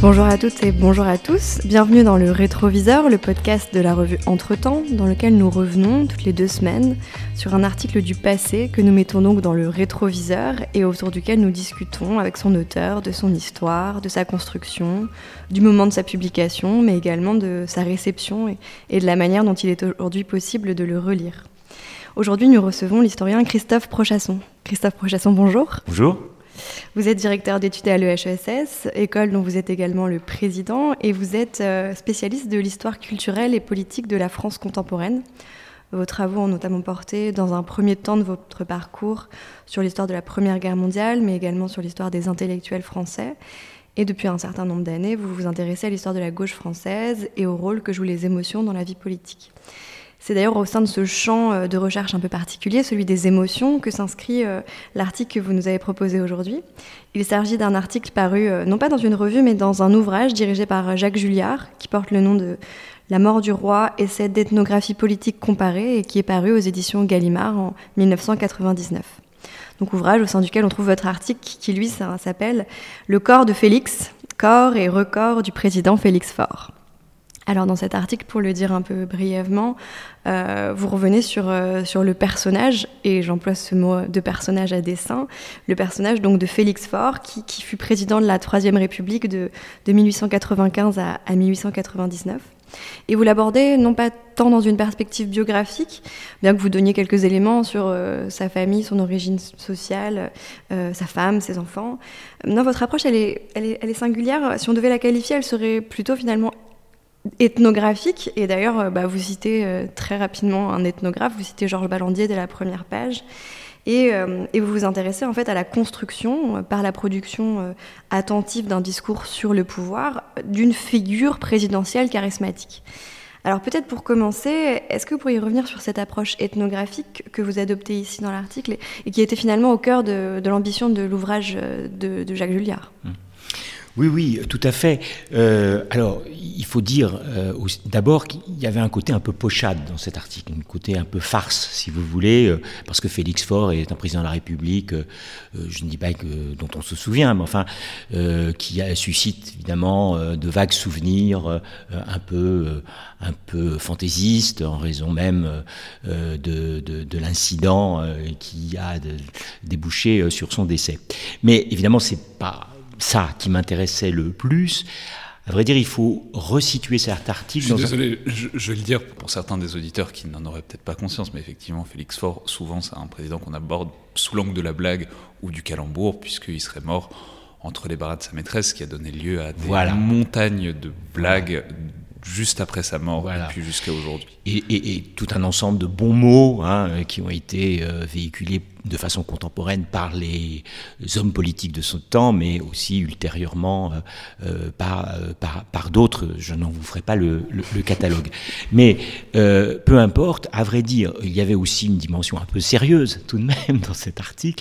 Bonjour à toutes et bonjour à tous, bienvenue dans le Rétroviseur, le podcast de la revue Entretemps, dans lequel nous revenons toutes les 2 semaines sur un article du passé que nous mettons donc dans le rétroviseur et autour duquel nous discutons avec son auteur de son histoire, de sa construction, du moment de sa publication, mais également de sa réception et de la manière dont il est aujourd'hui possible de le relire. Aujourd'hui, nous recevons l'historien Christophe Prochasson. Christophe Prochasson, bonjour. Bonjour. Vous êtes directeur d'études à l'EHESS, école dont vous êtes également le président, et vous êtes spécialiste de l'histoire culturelle et politique de la France contemporaine. Vos travaux ont notamment porté, dans un premier temps de votre parcours, sur l'histoire de la Première Guerre mondiale, mais également sur l'histoire des intellectuels français. Et depuis un certain nombre d'années, vous vous intéressez à l'histoire de la gauche française et au rôle que jouent les émotions dans la vie politique. C'est d'ailleurs au sein de ce champ de recherche un peu particulier, celui des émotions, que s'inscrit l'article que vous nous avez proposé aujourd'hui. Il s'agit d'un article paru, non pas dans une revue, mais dans un ouvrage dirigé par Jacques Julliard, qui porte le nom de « La mort du roi, essai d'ethnographie politique comparée » et qui est paru aux éditions Gallimard en 1999. Donc ouvrage au sein duquel on trouve votre article qui lui, ça s'appelle « Le corps de Félix, corps et records du président Félix Faure ». Alors dans cet article, pour le dire un peu brièvement, vous revenez sur le personnage, et j'emploie ce mot de personnage à dessein, le personnage donc de Félix Faure, qui fut président de la Troisième République de 1895 à 1899. Et vous l'abordez non pas tant dans une perspective biographique, bien que vous donniez quelques éléments sur sa famille, son origine sociale, sa femme, ses enfants. Non, votre approche, elle est singulière. Si on devait la qualifier, elle serait plutôt finalement ethnographique, et d'ailleurs vous citez très rapidement un ethnographe, vous citez Georges Ballandier dès la première page, et vous vous intéressez en fait à la construction, par la production attentive d'un discours sur le pouvoir, d'une figure présidentielle charismatique. Alors peut-être pour commencer, est-ce que vous pourriez revenir sur cette approche ethnographique que vous adoptez ici dans l'article, et qui était finalement au cœur de l'ambition de l'ouvrage de Jacques Julliard ? Oui, tout à fait. Alors, il faut dire d'abord qu'il y avait un côté un peu pochade dans cet article, un côté un peu farce, si vous voulez, parce que Félix Faure est un président de la République, je ne dis pas dont on se souvient, mais enfin, qui suscite évidemment de vagues souvenirs un peu fantaisistes, en raison même de l'incident qui a débouché sur son décès. Mais évidemment, c'est pas ça qui m'intéressait le plus. À vrai dire, il faut resituer cet article. Je suis désolé, je vais le dire pour certains des auditeurs qui n'en auraient peut-être pas conscience, mais effectivement, Félix Faure, souvent, c'est un président qu'on aborde sous l'angle de la blague ou du calembour, puisqu'il serait mort entre les bras de sa maîtresse, qui a donné lieu à des montagnes de blagues juste après sa mort, et puis jusqu'à aujourd'hui. Et tout un ensemble de bons mots qui ont été véhiculés de façon contemporaine par les hommes politiques de son temps, mais aussi ultérieurement par d'autres. Je n'en vous ferai pas le catalogue. Mais peu importe, à vrai dire, il y avait aussi une dimension un peu sérieuse tout de même dans cet article,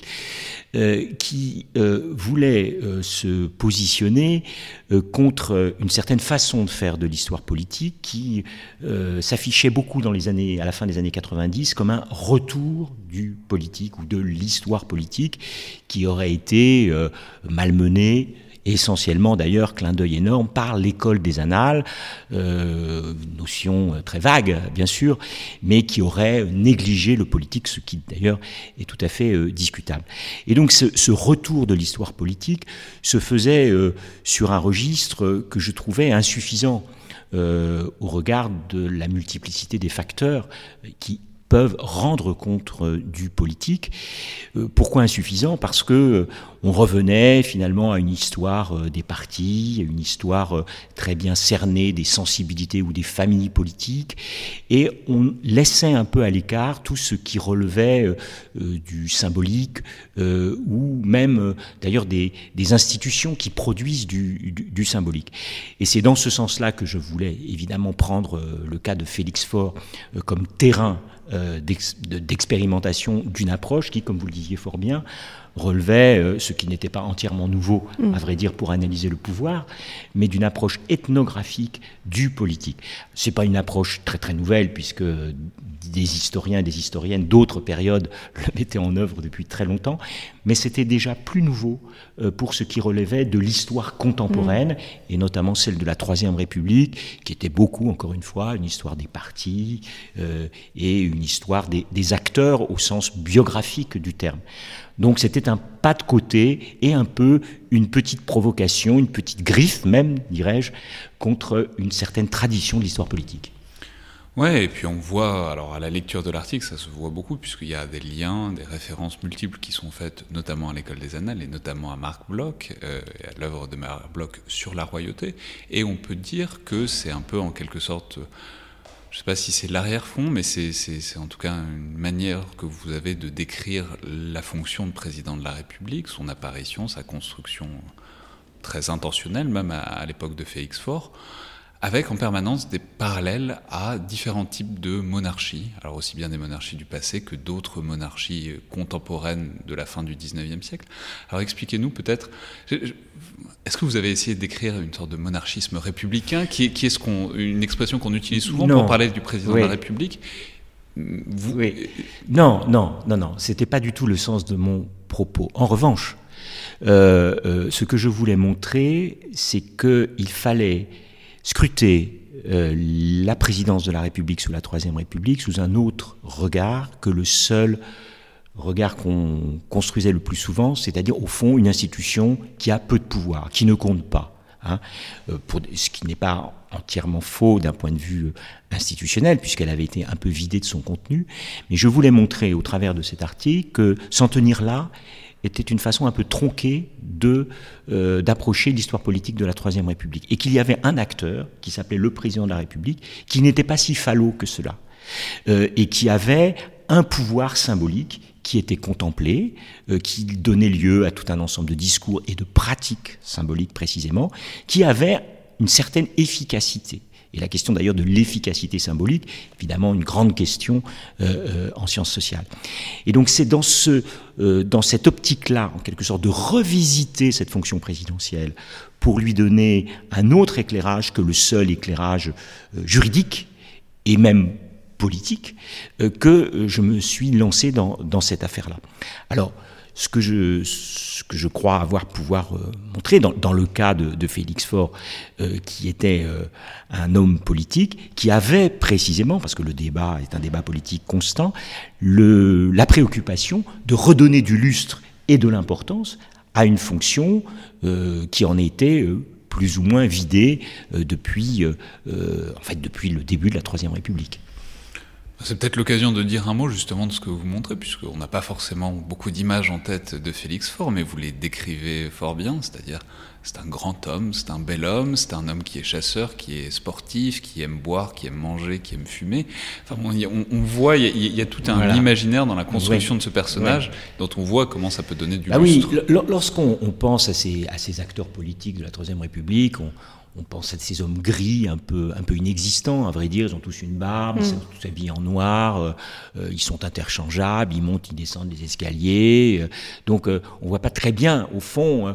qui voulait se positionner contre une certaine façon de faire de l'histoire politique qui s'affichait beaucoup à la fin des années 90 comme un retour du politique ou de l'histoire politique qui aurait été malmenée, essentiellement d'ailleurs, clin d'œil énorme, par l'école des annales, notion très vague bien sûr, mais qui aurait négligé le politique, ce qui d'ailleurs est tout à fait discutable. Et donc ce retour de l'histoire politique se faisait sur un registre que je trouvais insuffisant au regard de la multiplicité des facteurs qui peuvent rendre compte du politique. Pourquoi insuffisant ? Parce que on revenait finalement à une histoire des partis, une histoire très bien cernée des sensibilités ou des familles politiques, et on laissait un peu à l'écart tout ce qui relevait du symbolique ou même d'ailleurs des institutions qui produisent du symbolique. Et c'est dans ce sens-là que je voulais évidemment prendre le cas de Félix Faure comme terrain d'expérimentation d'une approche qui, comme vous le disiez fort bien, relevait ce qui n'était pas entièrement nouveau, à vrai dire, pour analyser le pouvoir, mais d'une approche ethnographique du politique. C'est pas une approche très très nouvelle, puisque des historiens et des historiennes d'autres périodes le mettaient en œuvre depuis très longtemps, mais c'était déjà plus nouveau pour ce qui relevait de l'histoire contemporaine, et notamment celle de la Troisième République, qui était beaucoup, encore une fois, une histoire des partis et une histoire des acteurs au sens biographique du terme. Donc c'était un pas de côté et un peu une petite provocation, une petite griffe même, dirais-je, contre une certaine tradition de l'histoire politique. Ouais, et puis on voit, alors à la lecture de l'article, ça se voit beaucoup, puisqu'il y a des liens, des références multiples qui sont faites, notamment à l'École des Annales, et notamment à Marc Bloch, et à l'œuvre de Marc Bloch sur la royauté. Et on peut dire que c'est un peu, en quelque sorte, je ne sais pas si c'est l'arrière-fond, mais c'est en tout cas une manière que vous avez de décrire la fonction de président de la République, son apparition, sa construction très intentionnelle, même à l'époque de Félix Faure, avec en permanence des parallèles à différents types de monarchies, alors aussi bien des monarchies du passé que d'autres monarchies contemporaines de la fin du XIXe siècle. Alors expliquez-nous peut-être, est-ce que vous avez essayé d'écrire une sorte de monarchisme républicain, qui est une expression qu'on utilise souvent pour parler du président de la République? Non, c'était pas du tout le sens de mon propos. En revanche, ce que je voulais montrer, c'est qu'il fallait scruter la présidence de la République sous la Troisième République sous un autre regard que le seul regard qu'on construisait le plus souvent, c'est-à-dire au fond une institution qui a peu de pouvoir, qui ne compte pas. Ce qui n'est pas entièrement faux d'un point de vue institutionnel, puisqu'elle avait été un peu vidée de son contenu. Mais je voulais montrer au travers de cet article que s'en tenir là était une façon un peu tronquée d'approcher l'histoire politique de la Troisième République. Et qu'il y avait un acteur, qui s'appelait le président de la République, qui n'était pas si falot que cela, et qui avait un pouvoir symbolique qui était contemplé, qui donnait lieu à tout un ensemble de discours et de pratiques symboliques précisément, qui avait une certaine efficacité. Et la question d'ailleurs de l'efficacité symbolique, évidemment une grande question en sciences sociales. Et donc c'est dans cette optique-là, en quelque sorte, de revisiter cette fonction présidentielle pour lui donner un autre éclairage que le seul éclairage juridique et même politique, que je me suis lancé dans cette affaire-là. Alors, ce que je crois pouvoir montrer dans le cas de Félix Faure, qui était un homme politique, qui avait précisément, parce que le débat est un débat politique constant, la préoccupation de redonner du lustre et de l'importance à une fonction qui en était plus ou moins vidée depuis le début de la Troisième République. C'est peut-être l'occasion de dire un mot justement de ce que vous montrez, puisqu'on n'a pas forcément beaucoup d'images en tête de Félix Faure, mais vous les décrivez fort bien, c'est-à-dire c'est un grand homme, c'est un bel homme, c'est un homme qui est chasseur, qui est sportif, qui aime boire, qui aime manger, qui aime fumer. Enfin, on voit, il y a tout un imaginaire dans la construction de ce personnage, dont on voit comment ça peut donner du lustre. Oui, lorsqu'on pense à ces acteurs politiques de la Troisième République, on pense à ces hommes gris, un peu inexistants, à vrai dire. Ils ont tous une barbe, ils sont tous habillés en noir, ils sont interchangeables, ils montent, ils descendent les escaliers. Donc on voit pas très bien, au fond,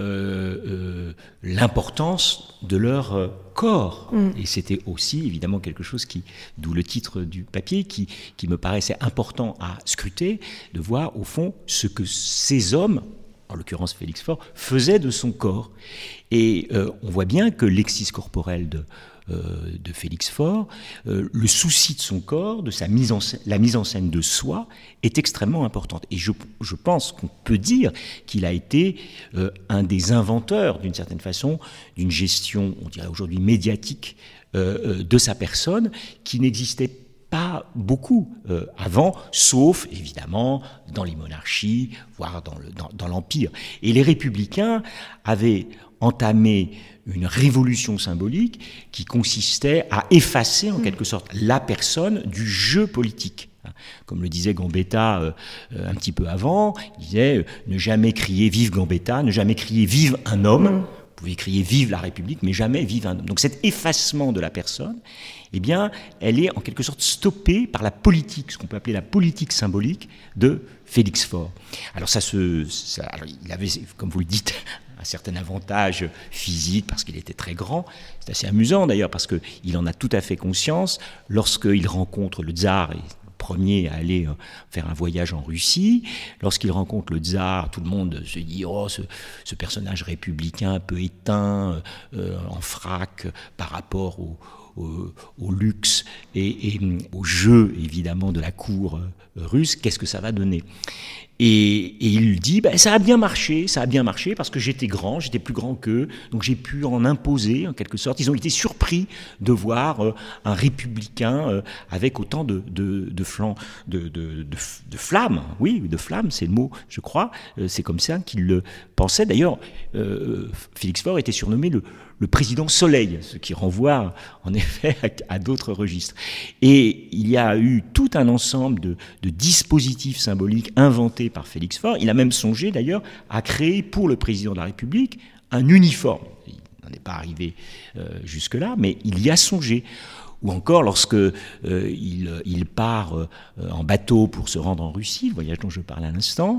l'importance de leur corps. Et c'était aussi, évidemment, quelque chose d'où le titre du papier, qui me paraissait important à scruter, de voir, au fond, ce que ces hommes, en l'occurrence Félix Faure, faisait de son corps. Et on voit bien que l'exis corporel de Félix Faure, le souci de son corps, de la mise en scène de soi, est extrêmement importante. Et je pense qu'on peut dire qu'il a été un des inventeurs, d'une certaine façon, d'une gestion, on dirait aujourd'hui, médiatique de sa personne, qui n'existait pas beaucoup avant, sauf évidemment dans les monarchies, voire dans l'Empire. Et les républicains avaient entamé une révolution symbolique qui consistait à effacer en quelque sorte la personne du jeu politique. Comme le disait Gambetta un petit peu avant, il disait ne jamais crier vive Gambetta, ne jamais crier vive un homme. Vous pouvez crier vive la République, mais jamais vive un homme. Donc cet effacement de la personne, eh bien, elle est en quelque sorte stoppée par la politique, ce qu'on peut appeler la politique symbolique de Félix Faure. Alors alors il avait, comme vous le dites, un certain avantage physique parce qu'il était très grand. C'est assez amusant d'ailleurs parce qu'il en a tout à fait conscience lorsqu'il rencontre le tsar, et premier à aller faire un voyage en Russie. Lorsqu'il rencontre le tsar, tout le monde se dit « Oh, ce personnage républicain un peu éteint, en frac, par rapport au luxe et au jeu, évidemment, de la cour russe, qu'est-ce que ça va donner ?» Et il dit, ça a bien marché parce que j'étais grand, j'étais plus grand qu'eux, donc j'ai pu en imposer en quelque sorte. Ils ont été surpris de voir un républicain avec autant de flammes, oui, de flammes, c'est le mot, je crois, c'est comme ça qu'il le pensait. D'ailleurs, Félix Faure était surnommé le président Soleil, ce qui renvoie en effet à d'autres registres. Et il y a eu tout un ensemble de dispositifs symboliques inventés par Félix Faure. Il a même songé d'ailleurs à créer pour le président de la République un uniforme. Il n'en est pas arrivé jusque-là, mais il y a songé. Ou encore lorsque il part en bateau pour se rendre en Russie, le voyage dont je parlais à l'instant,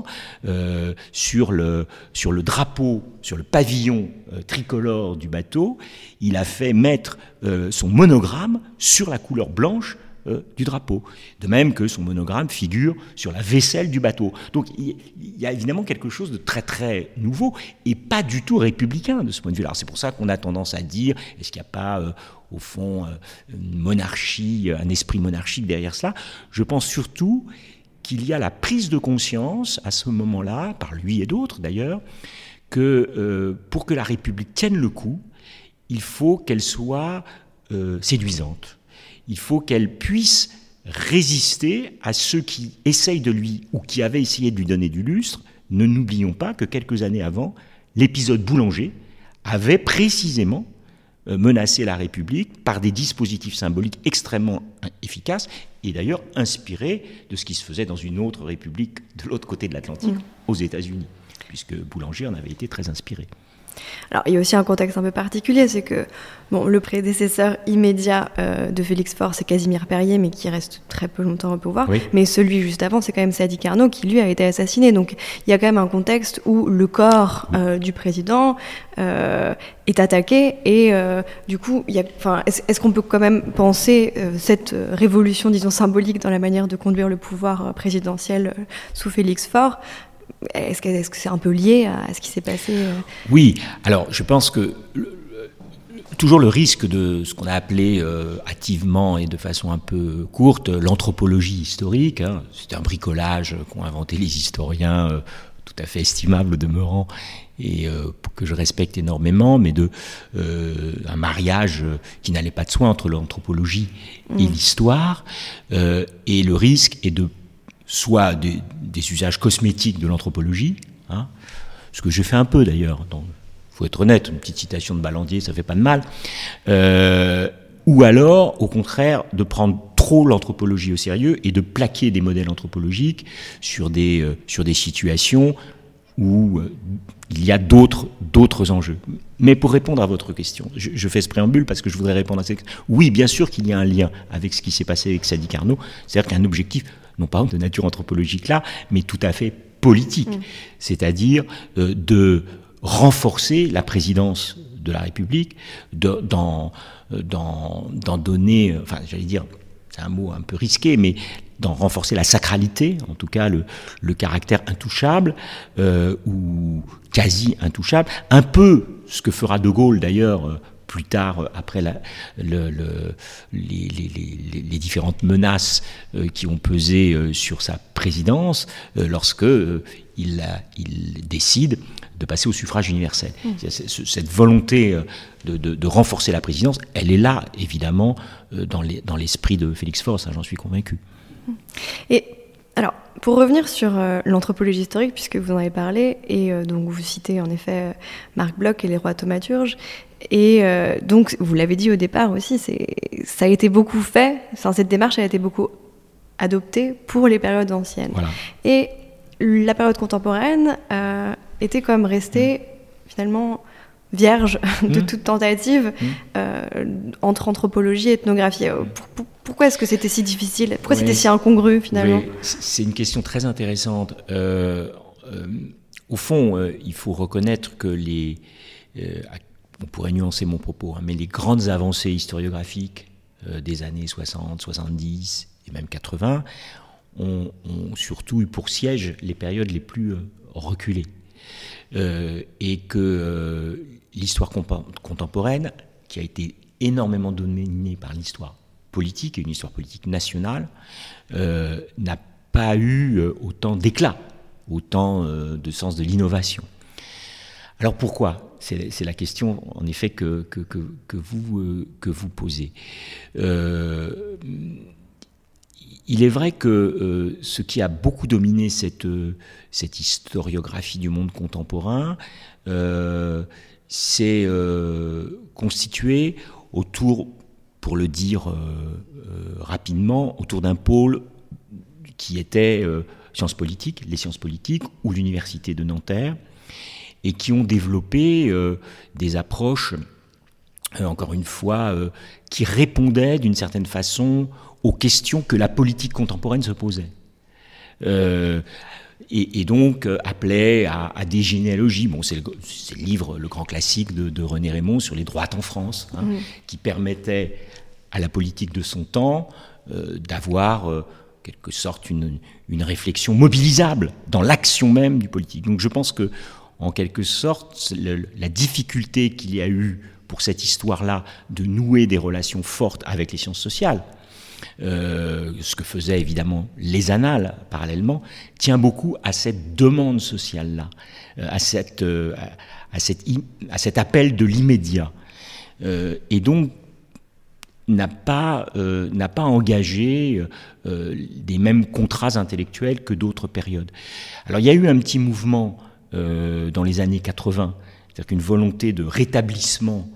sur le drapeau, sur le pavillon tricolore du bateau, il a fait mettre son monogramme sur la couleur blanche du drapeau. De même que son monogramme figure sur la vaisselle du bateau. Donc il y a évidemment quelque chose de très très nouveau et pas du tout républicain de ce point de vue. Alors c'est pour ça qu'on a tendance à dire, est-ce qu'il n'y a pas au fond une monarchie, un esprit monarchique derrière cela? Je pense surtout qu'il y a la prise de conscience à ce moment-là, par lui et d'autres d'ailleurs, que pour que la République tienne le coup, il faut qu'elle soit séduisante. Il faut qu'elle puisse résister à ceux qui essayent de lui, ou qui avaient essayé de lui donner du lustre. Ne n'oublions pas que quelques années avant, l'épisode Boulanger avait précisément menacé la République par des dispositifs symboliques extrêmement efficaces, et d'ailleurs inspirés de ce qui se faisait dans une autre République de l'autre côté de l'Atlantique, aux États-Unis, puisque Boulanger en avait été très inspiré. Alors, il y a aussi un contexte un peu particulier, c'est que le prédécesseur immédiat de Félix Faure, c'est Casimir Perier, mais qui reste très peu longtemps au pouvoir. Oui. Mais celui juste avant, c'est quand même Sadi Carnot, qui lui a été assassiné. Donc, il y a quand même un contexte où le corps du président est attaqué, et du coup, est-ce qu'on peut quand même penser cette révolution, disons, symbolique dans la manière de conduire le pouvoir présidentiel sous Félix Faure? Est-ce que c'est un peu lié à ce qui s'est passé Oui, alors je pense que toujours le risque de ce qu'on a appelé hâtivement et de façon un peu courte l'anthropologie historique, c'est un bricolage qu'ont inventé les historiens tout à fait estimable au demeurant et que je respecte énormément, mais un mariage qui n'allait pas de soi entre l'anthropologie et l'histoire, et le risque est de soit des usages cosmétiques de l'anthropologie, ce que j'ai fait un peu d'ailleurs, il faut être honnête, une petite citation de Ballandier, ça fait pas de mal, ou alors, au contraire, de prendre trop l'anthropologie au sérieux et de plaquer des modèles anthropologiques sur des situations où il y a d'autres enjeux. Mais pour répondre à votre question, je fais ce préambule parce que je voudrais répondre à cette question. Oui, bien sûr qu'il y a un lien avec ce qui s'est passé avec Sadi Carnot, c'est-à-dire qu'il y a un objectif, non pas de nature anthropologique là, mais tout à fait politique, c'est-à-dire de renforcer la présidence de la République, d'en donner, enfin j'allais dire, c'est un mot un peu risqué, mais d'en renforcer la sacralité, en tout cas le caractère intouchable, ou quasi intouchable, un peu ce que fera De Gaulle d'ailleurs, plus tard, après les différentes menaces qui ont pesé sur sa présidence, lorsque il décide de passer au suffrage universel. Cette volonté de renforcer la présidence, elle est là, évidemment, dans l'esprit de Félix Faure, ça j'en suis convaincu. Et alors, pour revenir sur l'anthropologie historique, puisque vous en avez parlé, et donc vous citez en effet Marc Bloch et les rois thaumaturges, et donc vous l'avez dit au départ aussi, ça a été beaucoup fait, cette démarche a été beaucoup adoptée pour les périodes anciennes. Voilà. Et la période contemporaine était quand même restée finalement vierge de toute tentative entre anthropologie et ethnographie. Pourquoi est-ce que c'était si difficile ? Pourquoi c'était si incongru finalement ? C'est une question très intéressante. Au fond, il faut reconnaître que on pourrait nuancer mon propos, mais les grandes avancées historiographiques des années 60, 70 et même 80, ont surtout eu pour siège les périodes les plus reculées. Et que l'histoire contemporaine, qui a été énormément dominée par l'histoire politique, et une histoire politique nationale, n'a pas eu autant d'éclat, autant de sens de l'innovation. Alors pourquoi ? C'est la question, en effet, que vous posez. Il est vrai que ce qui a beaucoup dominé cette historiographie du monde contemporain, c'est constitué autour, pour le dire rapidement, autour d'un pôle qui était sciences politiques, les sciences politiques, ou l'université de Nanterre, et qui ont développé des approches, encore une fois, qui répondaient d'une certaine façon aux questions que la politique contemporaine se posait. Et donc appelait à des généalogies. Bon, c'est le livre, le grand classique de René Raymond sur les droites en France, qui permettait à la politique de son temps d'avoir quelque sorte une réflexion mobilisable dans l'action même du politique. Donc je pense que, en quelque sorte, la difficulté qu'il y a eu pour cette histoire-là de nouer des relations fortes avec les sciences sociales, ce que faisaient évidemment les annales parallèlement, tient beaucoup à cette demande sociale-là, à cet appel de l'immédiat. Et donc, n'a pas engagé des mêmes contrats intellectuels que d'autres périodes. Alors il y a eu un petit mouvement dans les années 80, c'est-à-dire qu'une volonté de rétablissement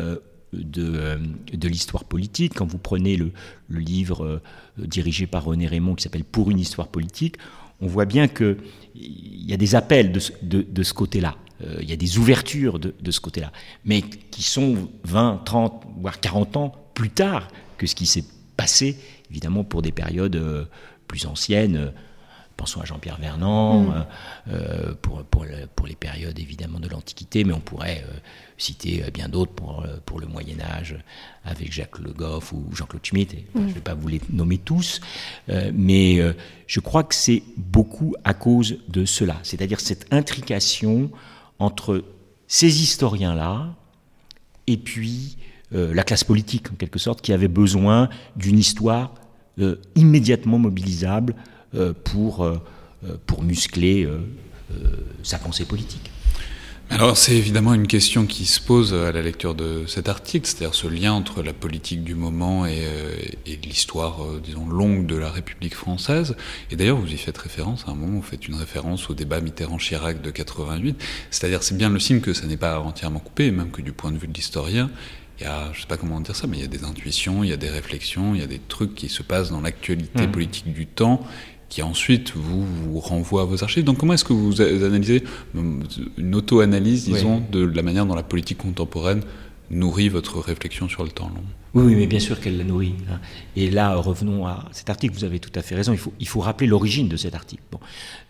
de l'histoire politique. Quand vous prenez le livre dirigé par René Raymond qui s'appelle « Pour une histoire politique », on voit bien qu'il y a des appels de ce côté-là. Il y a des ouvertures de ce côté-là, mais qui sont 20, 30, voire 40 ans plus tard que ce qui s'est passé, évidemment, pour des périodes plus anciennes. Pensons à Jean-Pierre Vernant, pour les périodes évidemment de l'Antiquité, mais on pourrait citer bien d'autres pour le Moyen-Âge, avec Jacques Le Goff ou Jean-Claude Schmitt. Je ne vais pas vous les nommer tous, mais je crois que c'est beaucoup à cause de cela, c'est-à-dire cette intrication entre ces historiens-là et puis la classe politique, en quelque sorte, qui avait besoin d'une histoire immédiatement mobilisable pour muscler sa pensée politique. Alors c'est évidemment une question qui se pose à la lecture de cet article, c'est-à-dire ce lien entre la politique du moment et l'histoire, disons, longue de la République française. Et d'ailleurs, vous y faites référence, à un moment, vous faites une référence au débat Mitterrand-Chirac de 88, c'est-à-dire c'est bien le signe que ça n'est pas entièrement coupé, et même que du point de vue de l'historien, il y a, je ne sais pas comment dire ça, mais il y a des intuitions, il y a des réflexions, il y a des trucs qui se passent dans l'actualité politique du temps, qui ensuite vous renvoie à vos archives. Donc comment est-ce que vous analysez une auto-analyse, disons, de la manière dont la politique contemporaine nourrit votre réflexion sur le temps long ? Oui, mais bien sûr qu'elle la nourrit. Et là, revenons à cet article, vous avez tout à fait raison, il faut rappeler l'origine de cet article. Bon.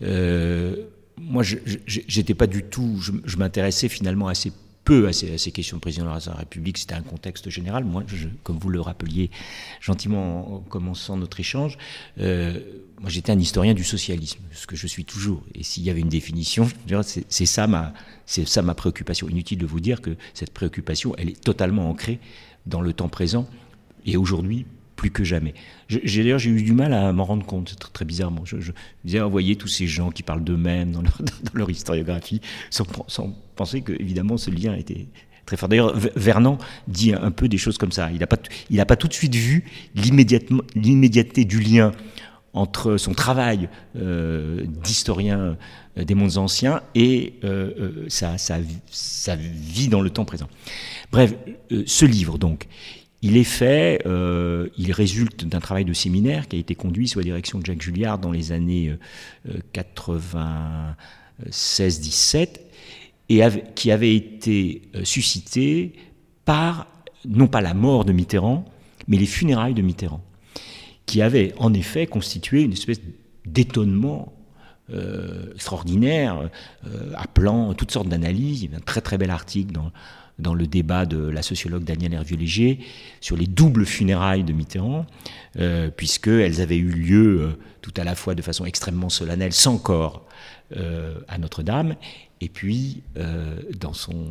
Moi, j'étais pas du tout, je m'intéressais finalement assez peu à ces questions de président de la République, c'était un contexte général. Moi, comme vous le rappeliez gentiment en commençant notre échange, moi j'étais un historien du socialisme, ce que je suis toujours. Et s'il y avait une définition, c'est ça ma préoccupation. Inutile de vous dire que cette préoccupation, elle est totalement ancrée dans le temps présent et aujourd'hui plus que jamais. D'ailleurs, j'ai eu du mal à m'en rendre compte, c'est très bizarrement. Je disais, voyez tous ces gens qui parlent d'eux-mêmes dans leur historiographie, sans penser que, évidemment, ce lien était très fort. D'ailleurs, Vernant dit un peu des choses comme ça. Il n'a pas tout de suite vu l'immédiateté du lien entre son travail d'historien des mondes anciens et sa vie dans le temps présent. Bref, ce livre, donc, il est fait, il résulte d'un travail de séminaire qui a été conduit sous la direction de Jacques Julliard dans les années 96-17 et qui avait été suscité par, non pas la mort de Mitterrand, mais les funérailles de Mitterrand, qui avaient en effet constitué une espèce d'étonnement extraordinaire, appelant toutes sortes d'analyses. Il y a un très très bel article dans le débat de la sociologue Danielle Hervieux-Léger sur les doubles funérailles de Mitterrand, puisqu'elles avaient eu lieu tout à la fois de façon extrêmement solennelle, sans corps, à Notre-Dame, et puis dans son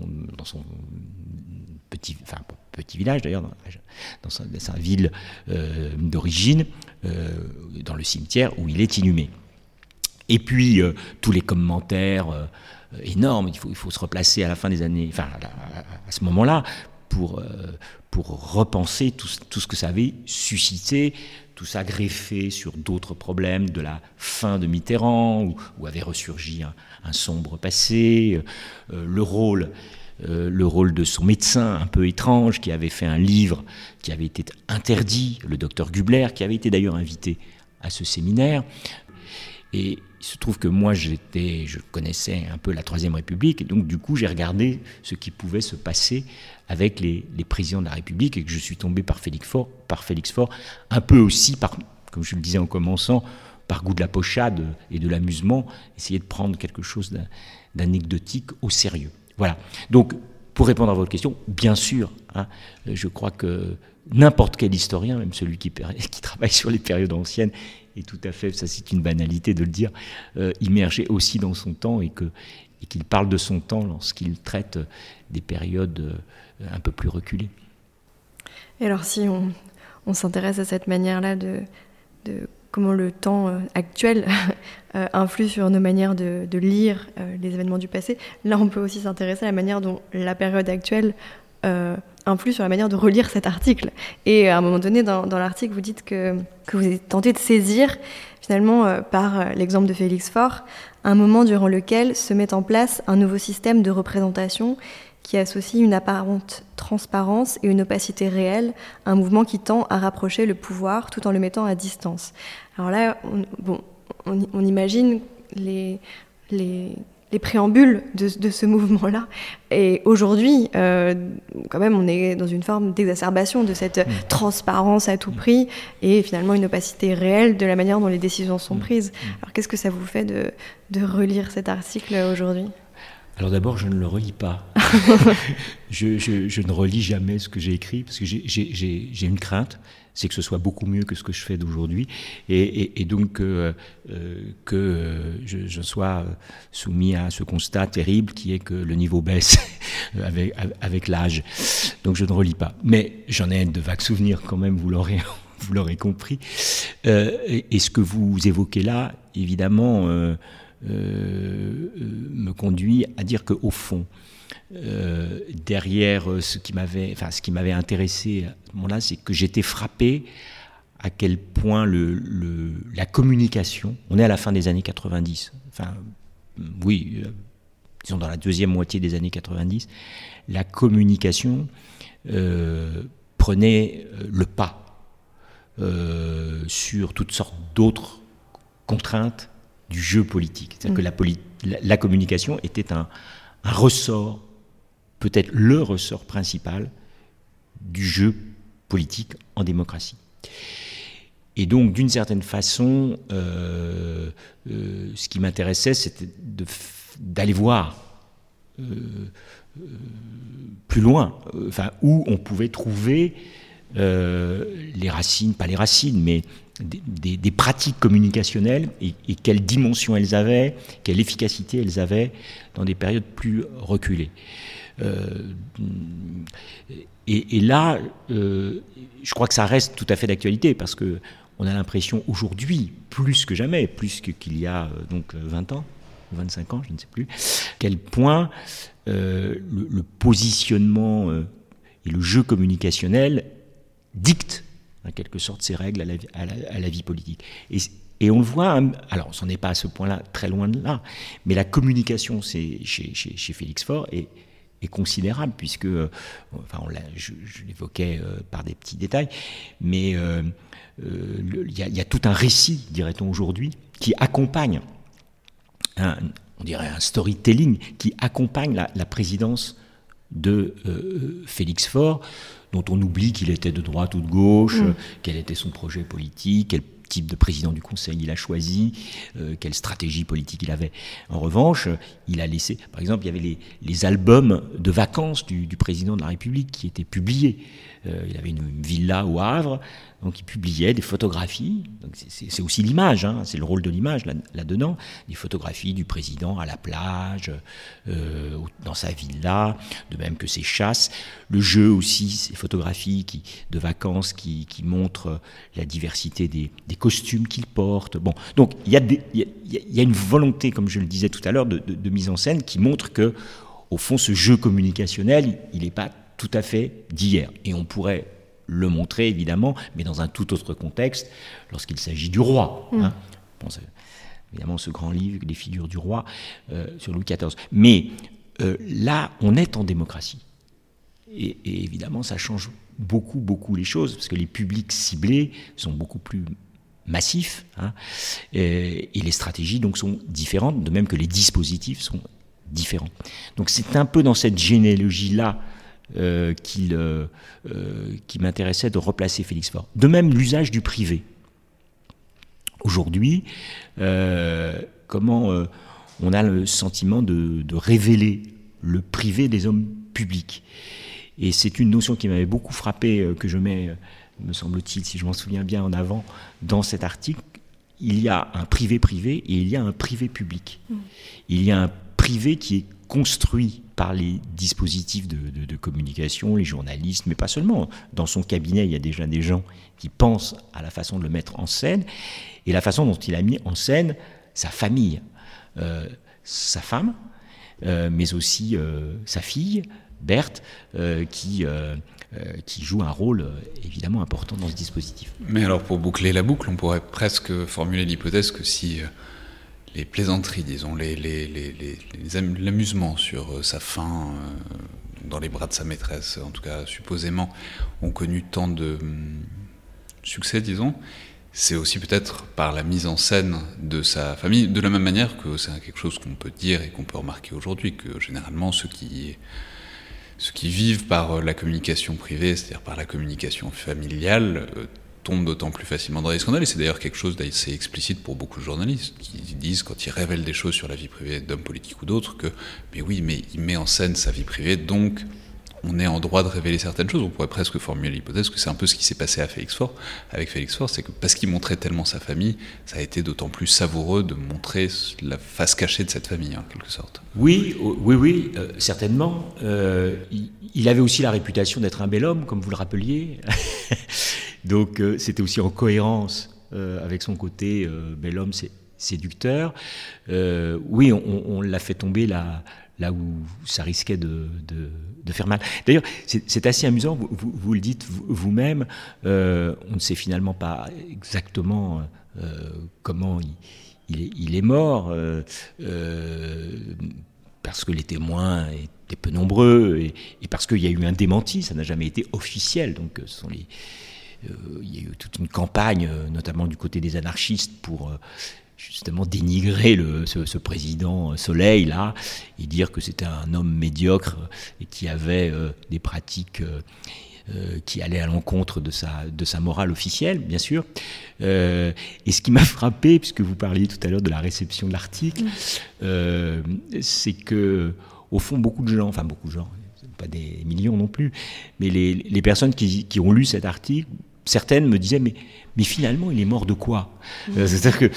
petit village d'ailleurs, dans sa ville d'origine, dans le cimetière où il est inhumé. Et puis tous les commentaires énormes, il faut se replacer à la fin des années, enfin à ce moment-là, pour repenser tout ce que ça avait suscité, tout ça greffé sur d'autres problèmes de la fin de Mitterrand, où avait ressurgi un sombre passé, le rôle de son médecin un peu étrange, qui avait fait un livre qui avait été interdit, le docteur Gubler, qui avait été d'ailleurs invité à ce séminaire. Et il se trouve que moi, je connaissais un peu la Troisième République, et donc du coup, j'ai regardé ce qui pouvait se passer avec les présidents de la République, et que je suis tombé par Félix Faure, un peu aussi, comme je le disais en commençant, par goût de la pochade et de l'amusement, essayer de prendre quelque chose d'anecdotique au sérieux. Voilà. Donc, pour répondre à votre question, bien sûr, je crois que n'importe quel historien, même celui qui travaille sur les périodes anciennes, est tout à fait, ça c'est une banalité de le dire, immergé aussi dans son temps et qu'il parle de son temps lorsqu'il traite des périodes un peu plus reculées. Et alors si on s'intéresse à cette manière-là de comment le temps actuel influe sur nos manières de lire les événements du passé, là on peut aussi s'intéresser à la manière dont la période actuelle influe sur la manière de relire cet article. Et à un moment donné, dans l'article, vous dites que vous êtes tenté de saisir, finalement, par l'exemple de Félix Faure, un moment durant lequel se met en place un nouveau système de représentation qui associe une apparente transparence et une opacité réelle, un mouvement qui tend à rapprocher le pouvoir tout en le mettant à distance. Alors là, on imagine les préambules de ce mouvement-là. Et aujourd'hui, quand même, on est dans une forme d'exacerbation de cette transparence à tout prix et finalement une opacité réelle de la manière dont les décisions sont prises. Alors qu'est-ce que ça vous fait de relire cet article aujourd'hui ? Alors d'abord, je ne le relis pas. je ne relis jamais ce que j'ai écrit parce que j'ai une crainte, c'est que ce soit beaucoup mieux que ce que je fais d'aujourd'hui et donc que je sois soumis à ce constat terrible qui est que le niveau baisse avec l'âge. Donc je ne relis pas. Mais j'en ai de vagues souvenirs quand même, vous l'aurez compris. Et ce que vous évoquez là, évidemment, me conduit à dire qu'au fond, derrière ce qui m'avait intéressé à ce moment-là, c'est que j'étais frappé à quel point la communication, on est à la fin des années 90, disons dans la deuxième moitié des années 90, la communication prenait le pas sur toutes sortes d'autres contraintes du jeu politique. C'est-à-dire que la communication était un ressort, peut-être le ressort principal du jeu politique en démocratie. Et donc, d'une certaine façon, ce qui m'intéressait, c'était d'aller voir plus loin, où on pouvait trouver les racines, pas les racines, mais des pratiques communicationnelles et quelle dimension elles avaient, quelle efficacité elles avaient dans des périodes plus reculées. Et là, je crois que ça reste tout à fait d'actualité parce que on a l'impression aujourd'hui, plus que jamais, plus qu'il y a donc 20 ans, 25 ans, je ne sais plus, quel point le positionnement et le jeu communicationnel dicte en quelque sorte ses règles à la vie politique. Et on le voit, alors ce n'est pas à ce point-là, très loin de là, mais la communication chez Félix Faure est considérable, puisque, je l'évoquais par des petits détails, mais il y a tout un récit, dirait-on aujourd'hui, qui accompagne, on dirait un storytelling, qui accompagne la présidence de Félix Faure, dont on oublie qu'il était de droite ou de gauche, quel était son projet politique, type de président du Conseil il a choisi, quelle stratégie politique il avait. En revanche, il a laissé, par exemple, il y avait les albums de vacances du président de la République qui étaient publiés. Il avait une villa au Havre, donc il publiait des photographies. Donc c'est aussi l'image, hein, c'est le rôle de l'image là-dedans. Des photographies du président à la plage, dans sa villa, de même que ses chasses. Le jeu aussi, ces photographies de vacances qui montrent la diversité des costumes qu'il porte. Bon, donc il y a une volonté, comme je le disais tout à l'heure, de mise en scène qui montre que, au fond, ce jeu communicationnel, il n'est pas tout à fait d'hier. Et on pourrait le montrer, évidemment, mais dans un tout autre contexte, lorsqu'il s'agit du roi. Hein. Je pense, évidemment, ce grand livre, Les figures du roi, sur Louis XIV. Mais là, on est en démocratie. Et évidemment, ça change beaucoup les choses, parce que les publics ciblés sont beaucoup plus massifs, hein, et les stratégies donc sont différentes, de même que les dispositifs sont différents. Donc c'est un peu dans cette généalogie-là qui m'intéressait de replacer Félix Faure. De même, l'usage du privé. Aujourd'hui, comment on a le sentiment de révéler le privé des hommes publics. Et c'est une notion qui m'avait beaucoup frappé, que je mets, me semble-t-il, si je m'en souviens bien, en avant dans cet article. Il y a un privé-privé et il y a un privé-public. Il y a un privé qui est construit par les dispositifs de communication, les journalistes, mais pas seulement. Dans son cabinet, il y a déjà des gens qui pensent à la façon de le mettre en scène et la façon dont il a mis en scène sa famille, sa femme, mais aussi sa fille, Berthe, qui joue un rôle évidemment important dans ce dispositif. Mais alors, pour boucler la boucle, on pourrait presque formuler l'hypothèse que si les plaisanteries, disons, l'amusement sur sa fin dans les bras de sa maîtresse, en tout cas supposément, ont connu tant de succès, disons, c'est aussi peut-être par la mise en scène de sa famille, de la même manière que c'est quelque chose qu'on peut dire et qu'on peut remarquer aujourd'hui, que généralement ceux qui vivent par la communication privée, c'est-à-dire par la communication familiale, tombent d'autant plus facilement dans les scandales. Et c'est d'ailleurs quelque chose d'assez explicite pour beaucoup de journalistes qui disent, quand ils révèlent des choses sur la vie privée d'hommes politiques ou d'autres, que mais oui, mais il met en scène sa vie privée, donc on est en droit de révéler certaines choses. On pourrait presque formuler l'hypothèse que c'est un peu ce qui s'est passé avec Félix Faure, c'est que parce qu'il montrait tellement sa famille, ça a été d'autant plus savoureux de montrer la face cachée de cette famille, en quelque sorte. Oui, certainement. Il avait aussi la réputation d'être un bel homme, comme vous le rappeliez. Donc c'était aussi en cohérence avec son côté bel homme séducteur. Oui, on l'a fait tomber là où ça risquait de faire mal. D'ailleurs, c'est assez amusant, vous le dites vous-même, on ne sait finalement pas exactement comment il est mort, parce que les témoins étaient peu nombreux, et parce qu'il y a eu un démenti, ça n'a jamais été officiel, donc ce sont il y a eu toute une campagne, notamment du côté des anarchistes, pour justement dénigrer ce président Soleil, là, et dire que c'était un homme médiocre et qui avait des pratiques qui allaient à l'encontre de sa morale officielle, bien sûr. Et ce qui m'a frappé, puisque vous parliez tout à l'heure de la réception de l'article, c'est que, au fond, beaucoup de gens, pas des millions non plus, mais les personnes qui ont lu cet article, certaines me disaient, mais finalement, il est mort de quoi ? C'est-à-dire que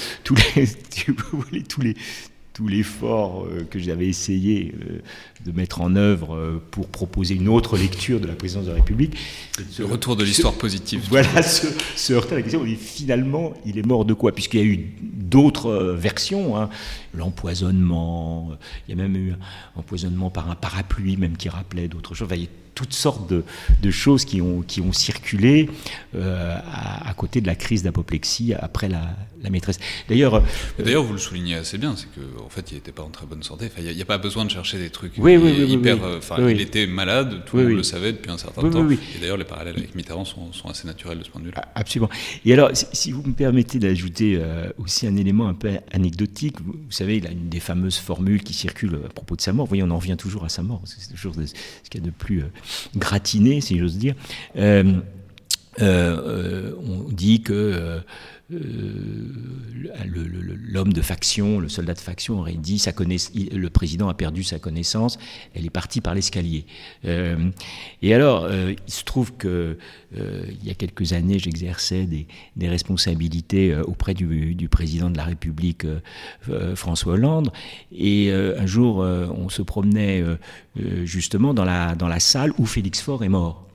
tout l'effort que j'avais essayé de mettre en œuvre pour proposer une autre lecture de la présidence de la République. Le retour de l'histoire positive. Voilà, se heurter à la question, finalement, il est mort de quoi ? Puisqu'il y a eu d'autres versions, hein, l'empoisonnement, il y a même eu un empoisonnement par un parapluie, même qui rappelait d'autres choses. Enfin, il y a toutes sortes de choses qui ont circulé à côté de la crise d'apoplexie après la maîtresse. D'ailleurs, vous le soulignez assez bien, c'est qu'en fait, il n'était pas en très bonne santé. Enfin, il n'y a pas besoin de chercher des trucs il était malade, tout le monde le savait depuis un certain temps. Et d'ailleurs, les parallèles avec Mitterrand sont assez naturels de ce point de vue-là. Absolument. Et alors, si vous me permettez d'ajouter aussi un élément un peu anecdotique, vous savez, il a une des fameuses formules qui circulent à propos de sa mort. Vous voyez, on en revient toujours à sa mort. C'est toujours ce qu'il y a de plus gratiné, si j'ose dire. on dit que l'homme de faction, le soldat de faction aurait dit le président a perdu sa connaissance, elle est partie par l'escalier. Et alors, il se trouve que il y a quelques années, j'exerçais des responsabilités auprès du président de la République, François Hollande, et un jour, on se promenait justement dans la salle où Félix Faure est mort.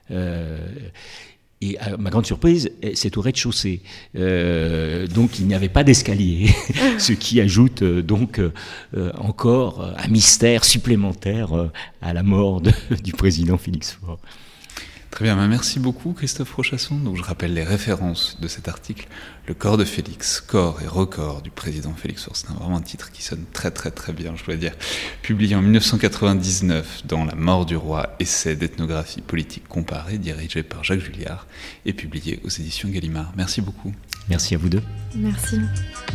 Et à ma grande surprise, c'est au rez-de-chaussée. Donc il n'y avait pas d'escalier, ce qui ajoute donc encore un mystère supplémentaire à la mort du président Félix Faure. Très bien, merci beaucoup Christophe Rochasson. Donc je rappelle les références de cet article. Le corps de Félix, corps et records du président Félix Faure. C'est vraiment un titre qui sonne très très très bien, je dois dire. Publié en 1999 dans La mort du roi, essai d'ethnographie politique comparée, dirigé par Jacques Julliard et publié aux éditions Gallimard. Merci beaucoup. Merci à vous deux. Merci.